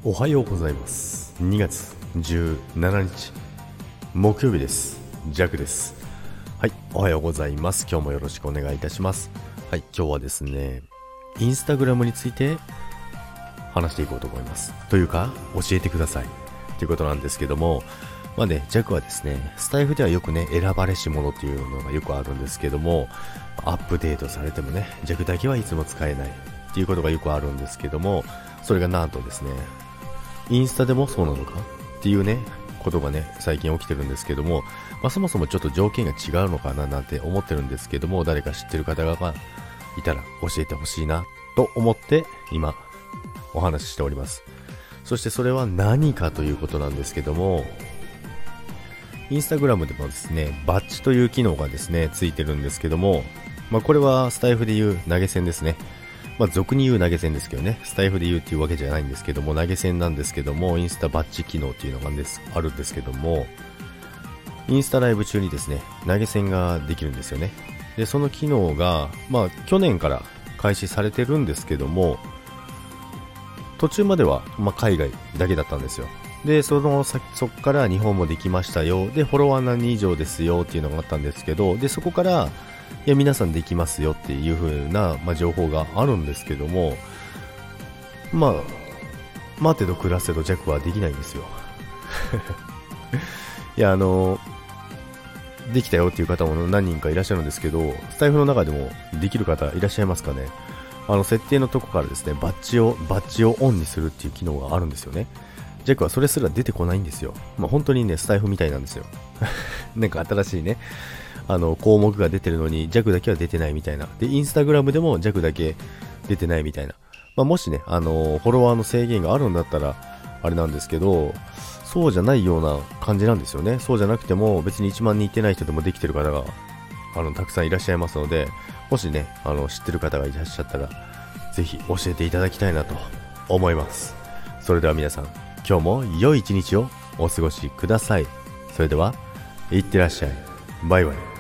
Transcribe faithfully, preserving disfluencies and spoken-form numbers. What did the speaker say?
おはようございます。にがつじゅうしちにち木曜日です。ジャックです。はい、おはようございます。今日もよろしくお願いいたします。はい、今日はですね、インスタグラムについて話していこうと思います。というか、教えてくださいということなんですけども、まあね、ジャックはですね、スタイフではよくね、選ばれし者っていうのがよくあるんですけども、アップデートされてもね、ジャックだけはいつも使えないっていうことがよくあるんですけども、それがなんとですね、インスタでもそうなのかっていうね、ことがね、最近起きてるんですけども、まあ、そもそもちょっと条件が違うのかななんて思ってるんですけども、誰か知ってる方がいたら教えてほしいなと思って今お話ししております。そしてそれは何かということなんですけども、インスタグラムでもですね、バッジという機能がですね、ついてるんですけども、まあ、これはスタイフでいう投げ銭ですね。まあ、俗に言う投げ銭ですけどね、スタイフで言うっていうわけじゃないんですけども、投げ銭なんですけども、インスタバッジ機能っていうのがですあるんですけども、インスタライブ中にですね、投げ銭ができるんですよね。で、その機能が、まあ、去年から開始されてるんですけども、途中までは、まあ、海外だけだったんですよ。で、その先、そこから日本もできましたよ。で、フォロワー何人以上ですよっていうのがあったんですけど、で、そこから、いや、皆さんできますよっていう風な、まあ、情報があるんですけども、まあ、待てど暮らせど弱はできないんですよ。いや、あの、できたよっていう方も何人かいらっしゃるんですけど、スタイフの中でもできる方いらっしゃいますかね。あの、設定のとこからですね、バッジを、バッジをオンにするっていう機能があるんですよね。ジャックはそれすら出てこないんですよ。まあ、本当にね、スタイフみたいなんですよ。なんか新しいね、あの、項目が出てるのに、ジャックだけは出てないみたいな。で、インスタグラムでもジャックだけ出てないみたいな。まあ、もしね、あの、フォロワーの制限があるんだったら、あれなんですけど、そうじゃないような感じなんですよね。そうじゃなくても、別にいちまんにんいってない人でもできてる方が、あの、たくさんいらっしゃいますので、もしね、あの、知ってる方がいらっしゃったら、ぜひ教えていただきたいなと思います。それでは皆さん、今日も良い一日をお過ごしください。それでは、いってらっしゃい。バイバイ。